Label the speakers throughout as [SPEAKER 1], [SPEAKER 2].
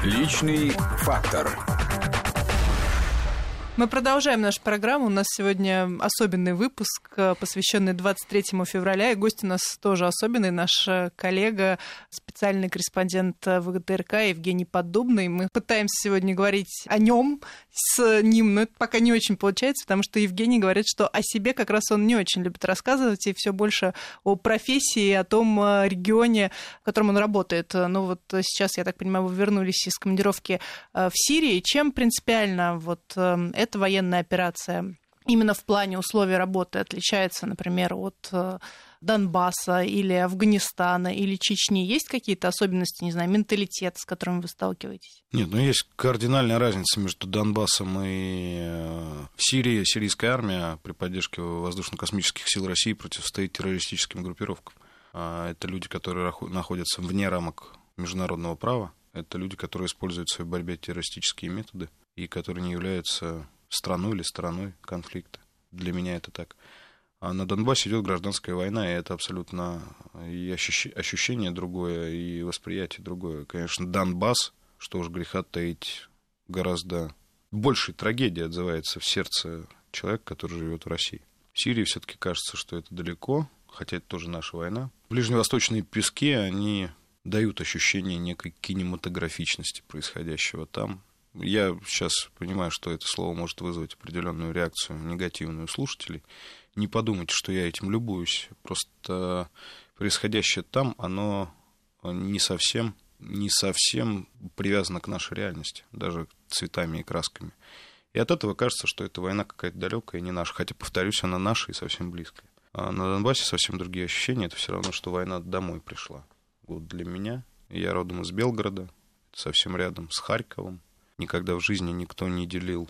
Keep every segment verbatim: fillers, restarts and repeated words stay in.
[SPEAKER 1] Личный фактор.
[SPEAKER 2] Мы продолжаем нашу программу. У нас сегодня особенный выпуск, посвященный двадцать третьему февраля. И гость у нас тоже особенный, наш коллега, специальный корреспондент ВГТРК Евгений Поддубный. Мы пытаемся сегодня говорить о нем с ним, но это пока не очень получается, потому что Евгений говорит, что о себе как раз он не очень любит рассказывать, и все больше о профессии, о том регионе, в котором он работает. Ну вот сейчас, я так понимаю, вы вернулись из командировки в Сирии. Чем принципиально вот эта военная операция именно в плане условий работы отличается, например, от Донбасса или Афганистана или Чечни? Есть какие-то особенности, не знаю, менталитет, с которым вы сталкиваетесь?
[SPEAKER 3] Нет, ну есть кардинальная разница между Донбассом и Сирией. Сирийская армия при поддержке воздушно-космических сил России противостоит террористическим группировкам. Это люди, которые находятся вне рамок международного права. Это люди, которые используют в своей борьбе террористические методы и которые не являются страной или стороной конфликта. Для меня это так. А на Донбассе идет гражданская война, и это абсолютно и ощущение другое, и восприятие другое. Конечно, Донбасс, что уж греха таить, гораздо большей трагедией отзывается в сердце человека, который живет в России. В Сирии все-таки кажется, что это далеко, хотя это тоже наша война. Ближневосточные пески, они дают ощущение некой кинематографичности происходящего там. Я сейчас понимаю, что это слово может вызвать определенную реакцию негативную у слушателей. Не подумайте, что я этим любуюсь. Просто происходящее там, оно не совсем, не совсем привязано к нашей реальности, даже цветами и красками. И от этого кажется, что эта война какая-то далекая, не наша. Хотя, повторюсь, она наша и совсем близкая. А на Донбассе совсем другие ощущения. Это все равно, что война домой пришла. Вот для меня. Я родом из Белгорода, это совсем рядом с Харьковом. Никогда в жизни никто не делил,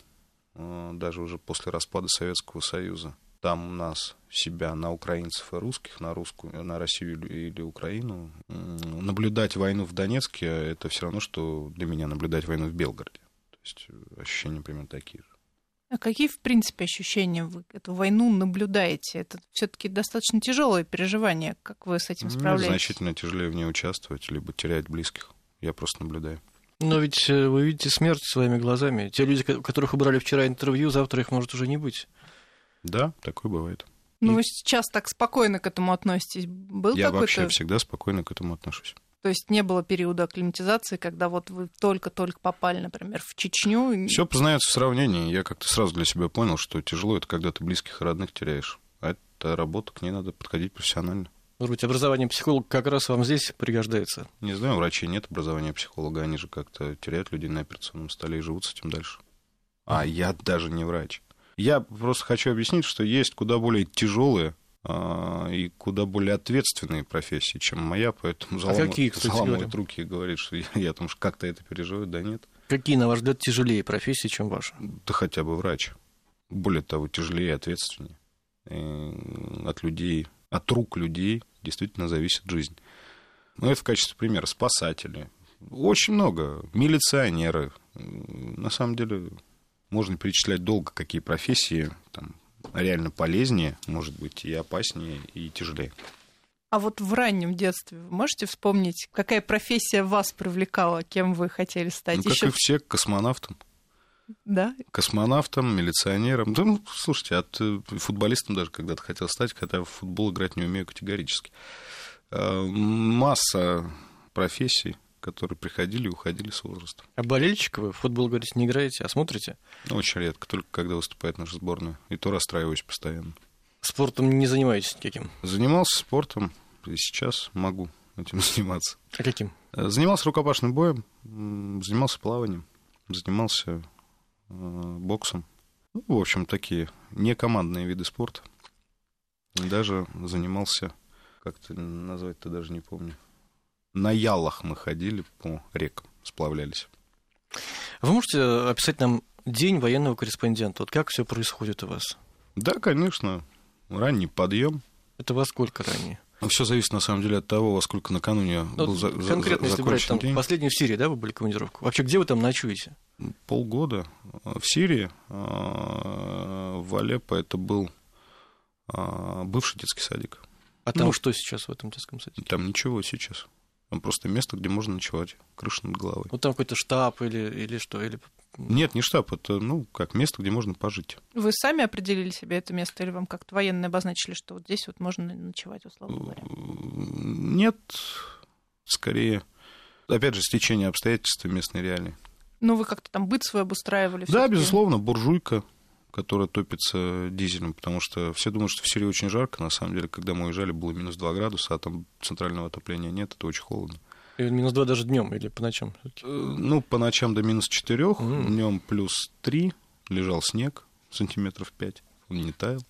[SPEAKER 3] даже уже после распада Советского Союза, там у нас себя на украинцев и русских, на русскую, на Россию или Украину. Наблюдать войну в Донецке — это все равно, что для меня наблюдать войну в Белгороде. То есть ощущения примерно такие же.
[SPEAKER 2] А какие, в принципе, ощущения вы эту войну наблюдаете? Это все-таки достаточно тяжелое переживание. Как вы с этим справляетесь?
[SPEAKER 3] Мне значительно тяжелее в ней участвовать, либо терять близких. Я просто наблюдаю.
[SPEAKER 4] Но ведь вы видите смерть своими глазами. Те люди, которых убрали вчера интервью, завтра их может уже не быть.
[SPEAKER 3] Да, такое бывает.
[SPEAKER 2] Ну, И... вы сейчас так спокойно к этому относитесь? Был
[SPEAKER 3] Я
[SPEAKER 2] какой-то...
[SPEAKER 3] вообще всегда спокойно к этому отношусь.
[SPEAKER 2] То есть не было периода акклиматизации, когда вот вы только-только попали, например, в Чечню?
[SPEAKER 3] Все познается в сравнении. Я как-то сразу для себя понял, что тяжело — это когда ты близких и родных теряешь. А это работа, к ней надо подходить профессионально.
[SPEAKER 4] Может быть, образование психолога как раз вам здесь пригождается?
[SPEAKER 3] Не знаю, у врачей нет образования психолога, они же как-то теряют людей на операционном столе и живут с этим дальше. А я даже не врач. Я просто хочу объяснить, что есть куда более тяжелые а, и куда более ответственные профессии, чем моя, поэтому залам...
[SPEAKER 4] а
[SPEAKER 3] заламывает руки и говорит, что я, я там как-то это переживаю, да нет.
[SPEAKER 4] Какие, на ваш взгляд, тяжелее профессии, чем ваша?
[SPEAKER 3] Да хотя бы врач. Более того, тяжелее и ответственнее. И от людей... От рук людей действительно зависит жизнь. Ну, это в качестве примера. Спасатели. Очень много. Милиционеры. На самом деле, можно перечислять долго, какие профессии там реально полезнее, может быть, и опаснее, и тяжелее.
[SPEAKER 2] А вот в раннем детстве вы можете вспомнить, какая профессия вас привлекала, кем вы хотели стать?
[SPEAKER 3] Ну, как
[SPEAKER 2] Ещё...
[SPEAKER 3] и все, космонавтом.
[SPEAKER 2] Да?
[SPEAKER 3] Космонавтом, милиционером. Да, ну, слушайте, от футболистом даже когда-то хотел стать, хотя в футбол играть не умею категорически. Масса профессий, которые приходили и уходили с возрастом.
[SPEAKER 4] А болельщик вы в футбол, говорите, не играете, а смотрите?
[SPEAKER 3] Очень редко, только когда выступает наша сборная. И то расстраиваюсь постоянно.
[SPEAKER 4] Спортом не занимаетесь никаким?
[SPEAKER 3] Занимался спортом, и сейчас могу этим заниматься.
[SPEAKER 4] А каким?
[SPEAKER 3] Занимался рукопашным боем, занимался плаванием, занимался боксом. Ну, в общем, такие некомандные виды спорта. Даже занимался, как это назвать-то даже не помню. На ялах мы ходили по рекам, сплавлялись.
[SPEAKER 4] Вы можете описать нам день военного корреспондента? Вот как все происходит у вас?
[SPEAKER 3] Да, конечно. Ранний подъем.
[SPEAKER 4] Это во сколько ранее?
[SPEAKER 3] Все зависит, на самом деле, от того, во сколько накануне
[SPEAKER 4] ну,
[SPEAKER 3] был за,
[SPEAKER 4] конкретно,
[SPEAKER 3] за,
[SPEAKER 4] если брать, там,
[SPEAKER 3] день.
[SPEAKER 4] последний в Сирии, да, вы были командировку? Вообще, где вы там ночуете?
[SPEAKER 3] Полгода. В Сирии, в Алеппо, это был бывший детский садик.
[SPEAKER 4] А там
[SPEAKER 3] ну,
[SPEAKER 4] что сейчас в этом детском садике?
[SPEAKER 3] Там ничего сейчас. Там просто место, где можно ночевать, крыша над головой.
[SPEAKER 4] Вот там какой-то штаб или, или что? Или...
[SPEAKER 3] Нет, не штаб, это, ну, как место, где можно пожить.
[SPEAKER 2] Вы сами определили себе это место, или вам как-то военные обозначили, что вот здесь вот можно ночевать, условно говоря?
[SPEAKER 3] Нет, скорее, опять же, стечение обстоятельств и местной реалии.
[SPEAKER 2] Ну, вы как-то там быт свой обустраивали?
[SPEAKER 3] Да, безусловно, буржуйка, которая топится дизелем, потому что все думают, что в Сирии очень жарко. На самом деле, когда мы уезжали, было минус два градуса, а там центрального отопления нет, это очень холодно.
[SPEAKER 4] И минус два даже днем или по ночам?
[SPEAKER 3] Ну, по ночам до минус четырех,
[SPEAKER 4] Mm.
[SPEAKER 3] днем плюс три, лежал снег сантиметров пять, он не таял.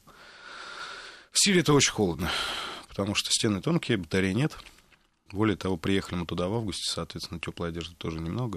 [SPEAKER 3] В Сирии это очень холодно, потому что стены тонкие, батарей нет. Более того, приехали мы туда в августе, соответственно, теплой одежды тоже немного.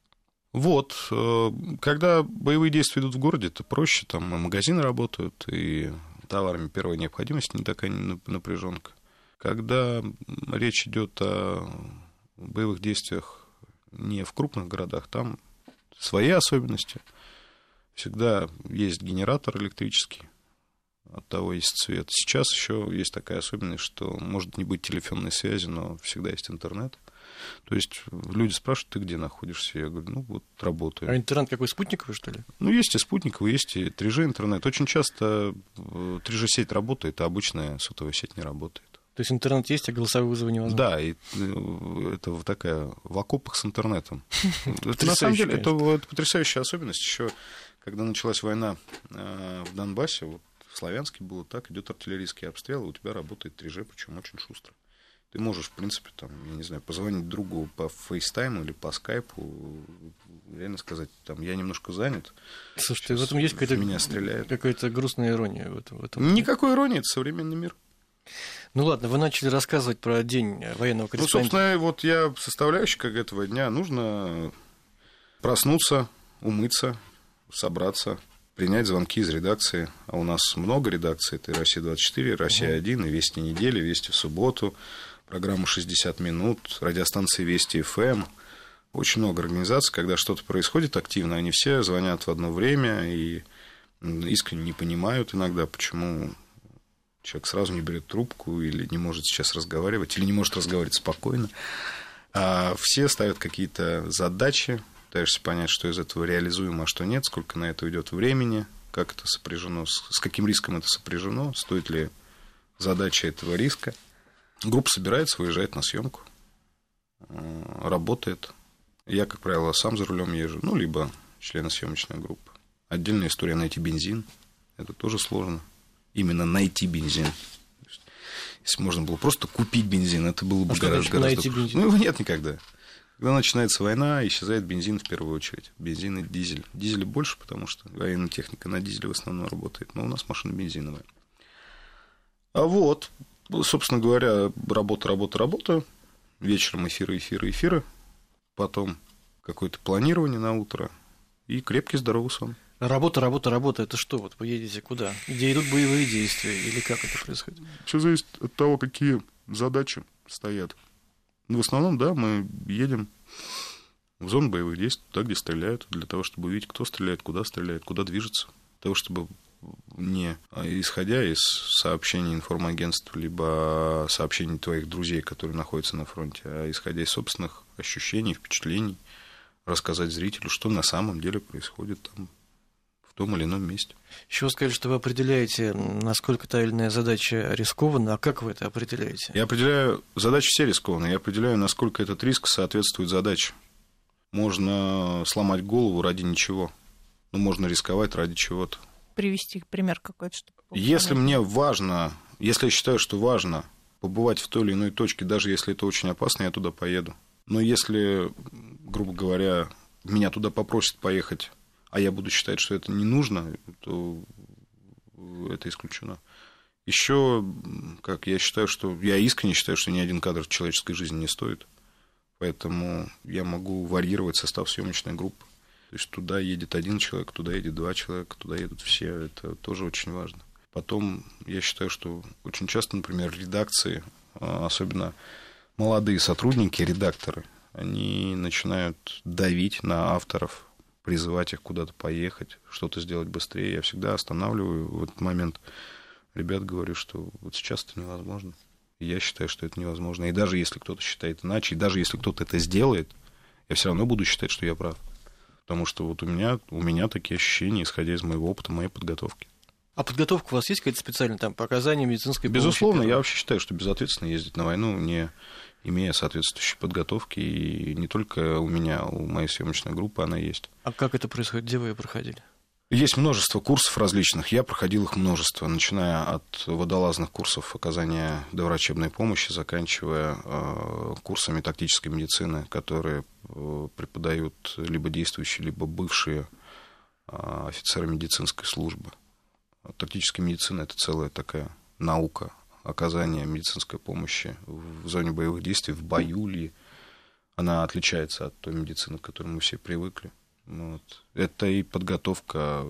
[SPEAKER 3] Вот, когда боевые действия идут в городе, это проще, там и магазины работают, и товарами первой необходимости не такая напряженка. Когда речь идет о боевых действиях не в крупных городах, там свои особенности. Всегда есть генератор электрический, от того есть цвет. Сейчас еще есть такая особенность, что может не быть телефонной связи, но всегда есть интернет. То есть люди спрашивают, ты где находишься? Я говорю, ну вот работаю.
[SPEAKER 4] А интернет какой, спутниковый, что ли?
[SPEAKER 3] Ну, есть и спутниковый, есть и три джи интернет. Очень часто три джи сеть работает, а обычная сотовая сеть не работает.
[SPEAKER 4] То есть интернет есть, а голосовые вызовы невозможно? Да,
[SPEAKER 3] и это такая в окопах с интернетом. На самом деле, это потрясающая особенность. Еще когда началась война в Донбассе, вот в Славянске было так, идет артиллерийский обстрел, и у тебя работает три джи, причем очень шустро. Ты можешь, в принципе, там, я не знаю, позвонить другу по фейстайму или по скайпу, реально сказать, там, я немножко занят.
[SPEAKER 4] Слушайте, в этом есть какая-то,
[SPEAKER 3] меня стреляет.
[SPEAKER 4] какая-то грустная ирония в этом, в этом.
[SPEAKER 3] Никакой иронии, это современный мир.
[SPEAKER 4] Ну ладно, вы начали рассказывать про день военного корреспондента.
[SPEAKER 3] Ну, собственно, вот я составляющий как этого дня. Нужно проснуться, умыться, собраться, принять звонки из редакции. А у нас много редакций. Это и Россия двадцать четыре, Россия один, и Вести недели, Вести в субботу, программа шестьдесят минут, радиостанции Вести эф эм. Очень много организаций, когда что-то происходит активно, они все звонят в одно время и искренне не понимают иногда, почему человек сразу не берет трубку или не может сейчас разговаривать, или не может разговаривать спокойно. А все ставят какие-то задачи, пытаешься понять, что из этого реализуемо, а что нет, сколько на это уйдет времени, как это сопряжено, с каким риском это сопряжено, стоит ли задача этого риска. Группа собирается, выезжает на съемку, работает. Я, как правило, сам за рулем езжу, ну, либо члены съемочной группы. Отдельная история — найти бензин. Это тоже сложно. Именно найти бензин. Если можно было просто купить бензин, это было бы а гораздо... гораздо... найти бензин? Ну, его нет никогда. Когда начинается война, исчезает бензин в первую очередь. Бензин и дизель. Дизеля больше, потому что военная техника на дизеле в основном работает. Но у нас машина бензиновая. А вот, собственно говоря, работа, работа, работа. Вечером эфиры, эфиры, эфиры. Потом какое-то планирование на утро. И крепкий здоровый сон.
[SPEAKER 4] Работа, работа, работа, это что? Вот вы едете куда? Где идут боевые действия? Или как это происходит?
[SPEAKER 3] Все зависит от того, какие задачи стоят. Ну, в основном, да, мы едем в зону боевых действий, туда, где стреляют, для того, чтобы увидеть, кто стреляет, куда стреляет, куда движется. Для того, чтобы не исходя из сообщений информагентств, либо сообщений твоих друзей, которые находятся на фронте, а исходя из собственных ощущений, впечатлений, рассказать зрителю, что на самом деле происходит там, в том или ином месте.
[SPEAKER 4] Еще вы сказали, что вы определяете, насколько та или иная задача рискована, а как вы это определяете?
[SPEAKER 3] Я определяю, задачи все рискованные, я определяю, насколько этот риск соответствует задаче. Можно сломать голову ради ничего, но можно рисковать ради чего-то.
[SPEAKER 2] Привести пример какой-то, чтобы...
[SPEAKER 3] Если мне важно, если я считаю, что важно побывать в той или иной точке, даже если это очень опасно, я туда поеду. Но если, грубо говоря, меня туда попросят поехать, а я буду считать, что это не нужно, то это исключено. Еще, как я считаю, что я искренне считаю, что ни один кадр человеческой жизни не стоит. Поэтому я могу варьировать состав съемочной группы. То есть туда едет один человек, туда едет два человека, туда едут все. Это тоже очень важно. Потом я считаю, что очень часто, например, редакции, особенно молодые сотрудники, редакторы, они начинают давить на авторов, призывать их куда-то поехать, что-то сделать быстрее. Я всегда останавливаю в этот момент ребят, говорю, что вот сейчас это невозможно. Я считаю, что это невозможно. И даже если кто-то считает иначе, и даже если кто-то это сделает, я все равно буду считать, что я прав. Потому что вот у меня, у меня такие ощущения, исходя из моего опыта, моей подготовки.
[SPEAKER 4] А подготовка у вас есть какая-то специальная, там, по оказанию медицинской помощи?
[SPEAKER 3] Безусловно, я вообще считаю, что безответственно ездить на войну, не имея соответствующей подготовки. И не только у меня, у моей съемочной группы она есть.
[SPEAKER 4] А как это происходит? Где вы ее проходили?
[SPEAKER 3] Есть множество курсов различных. Я проходил их множество, начиная от водолазных курсов оказания доврачебной помощи, заканчивая э, курсами тактической медицины, которые э, преподают либо действующие, либо бывшие э, офицеры медицинской службы. Тактическая медицина – это целая такая наука оказания медицинской помощи в зоне боевых действий, в бою ли. Она отличается от той медицины, к которой мы все привыкли. Вот. Это и подготовка,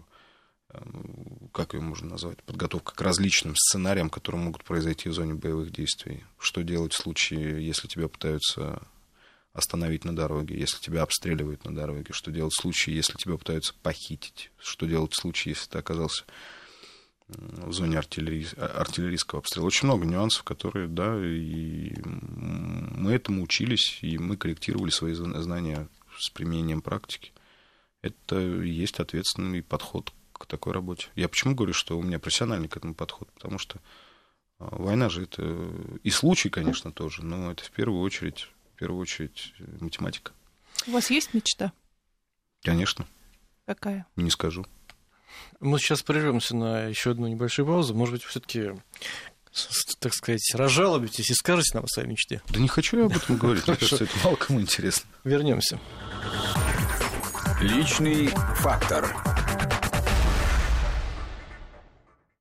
[SPEAKER 3] как ее можно назвать, подготовка к различным сценариям, которые могут произойти в зоне боевых действий. Что делать в случае, если тебя пытаются остановить на дороге, если тебя обстреливают на дороге, что делать в случае, если тебя пытаются похитить, что делать в случае, если ты оказался в зоне артиллерий... артиллерийского обстрела. Очень много нюансов, которые, да, и мы этому учились, и мы корректировали свои знания с применением практики. Это и есть ответственный подход к такой работе. Я почему говорю, что у меня профессиональный к этому подход? Потому что война же это и случай, конечно, тоже, но это в первую очередь, в первую очередь математика.
[SPEAKER 2] У вас есть мечта?
[SPEAKER 3] Конечно.
[SPEAKER 2] Какая?
[SPEAKER 3] Не скажу.
[SPEAKER 4] Мы сейчас прервемся на еще одну небольшую паузу. Может быть, все-таки, так сказать, разжалобитесь и скажете нам о своей мечте?
[SPEAKER 3] Да не хочу я об этом говорить. Мне кажется, это мало кому интересно.
[SPEAKER 4] Вернемся.
[SPEAKER 1] Личный фактор.